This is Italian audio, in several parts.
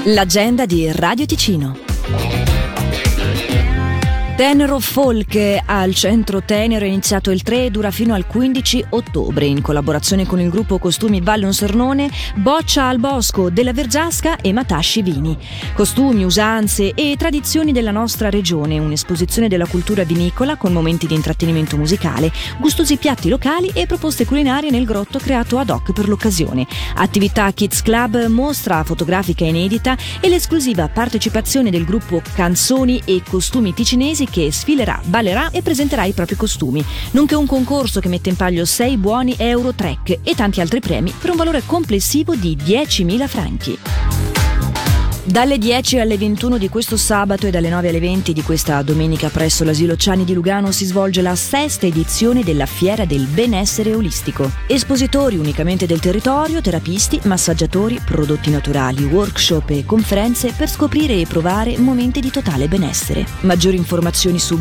L'agenda di Radio Ticino. Tenero Folk al Centro Tenero è iniziato il 3 e dura fino al 15 ottobre in collaborazione con il gruppo Costumi Vallon Sernone, Boccia al Bosco, Della Vergiasca e Matasci Vini. Costumi, usanze e tradizioni della nostra regione, un'esposizione della cultura vinicola con momenti di intrattenimento musicale, gustosi piatti locali e proposte culinarie nel grotto creato ad hoc per l'occasione. Attività Kids Club, mostra fotografica inedita e l'esclusiva partecipazione del gruppo Canzoni e Costumi Ticinesi che sfilerà, ballerà e presenterà i propri costumi, nonché un concorso che mette in palio 6 buoni Euro Trek e tanti altri premi per un valore complessivo di 10.000 franchi. Dalle 10 alle 21 di questo sabato e dalle 9 alle 20 di questa domenica presso l'Asilo Ciani di Lugano si svolge la 6ª edizione della Fiera del Benessere Olistico. Espositori unicamente del territorio, terapisti, massaggiatori, prodotti naturali, workshop e conferenze per scoprire e provare momenti di totale benessere. Maggiori informazioni su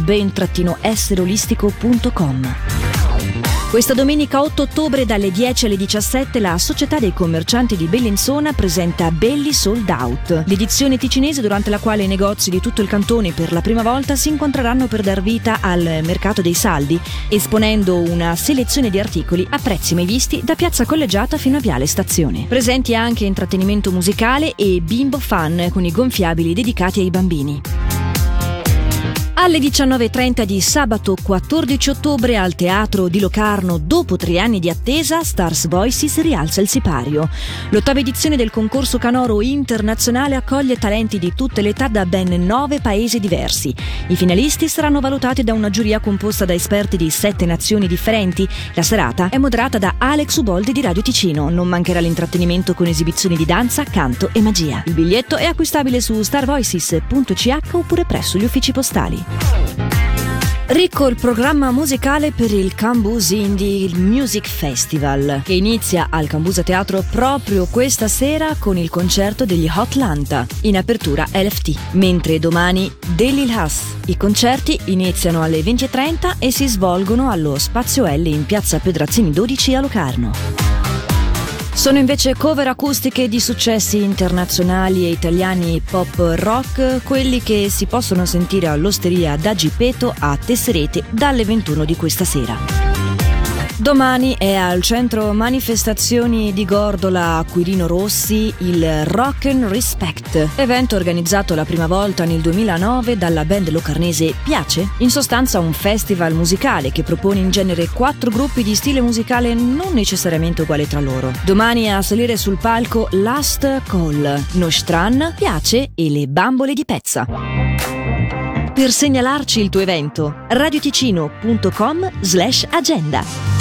ben-essereolistico.com. Questa domenica 8 ottobre dalle 10 alle 17 la Società dei Commercianti di Bellinzona presenta Belli Sold Out, l'edizione ticinese durante la quale i negozi di tutto il cantone per la prima volta si incontreranno per dar vita al mercato dei saldi, esponendo una selezione di articoli a prezzi mai visti da Piazza Collegiata fino a Viale Stazione. Presenti anche intrattenimento musicale e bimbo fan con i gonfiabili dedicati ai bambini. Alle 19.30 di sabato 14 ottobre al Teatro di Locarno, dopo 3 anni di attesa, Stars Voices rialza il sipario. L'8ª edizione del concorso canoro internazionale accoglie talenti di tutte le età da ben 9 paesi diversi. I finalisti saranno valutati da una giuria composta da esperti di 7 nazioni differenti. La serata è moderata da Alex Uboldi di Radio Ticino. Non mancherà l'intrattenimento con esibizioni di danza, canto e magia. Il biglietto è acquistabile su starvoices.ch oppure presso gli uffici postali. Ricco il programma musicale per il Cambus Indie Music Festival, che inizia al Cambusa Teatro proprio questa sera con il concerto degli Hotlanta, in apertura LFT, mentre domani Delil Haas. I concerti iniziano alle 20.30 e si svolgono allo Spazio L in piazza Pedrazzini 12 a Locarno. Sono invece cover acustiche di successi internazionali e italiani pop rock, quelli che si possono sentire all'Osteria da Gipeto a Tesserete dalle 21 di questa sera. Domani è al centro manifestazioni di Gordola a Quirino Rossi il Rock and Respect, evento organizzato la prima volta nel 2009 dalla band locarnese Piace, in sostanza un festival musicale che propone in genere 4 gruppi di stile musicale non necessariamente uguali tra loro. Domani a salire sul palco Last Call, Nostran, Piace e le Bambole di Pezza. Per segnalarci il tuo evento, radioticino.com/agenda.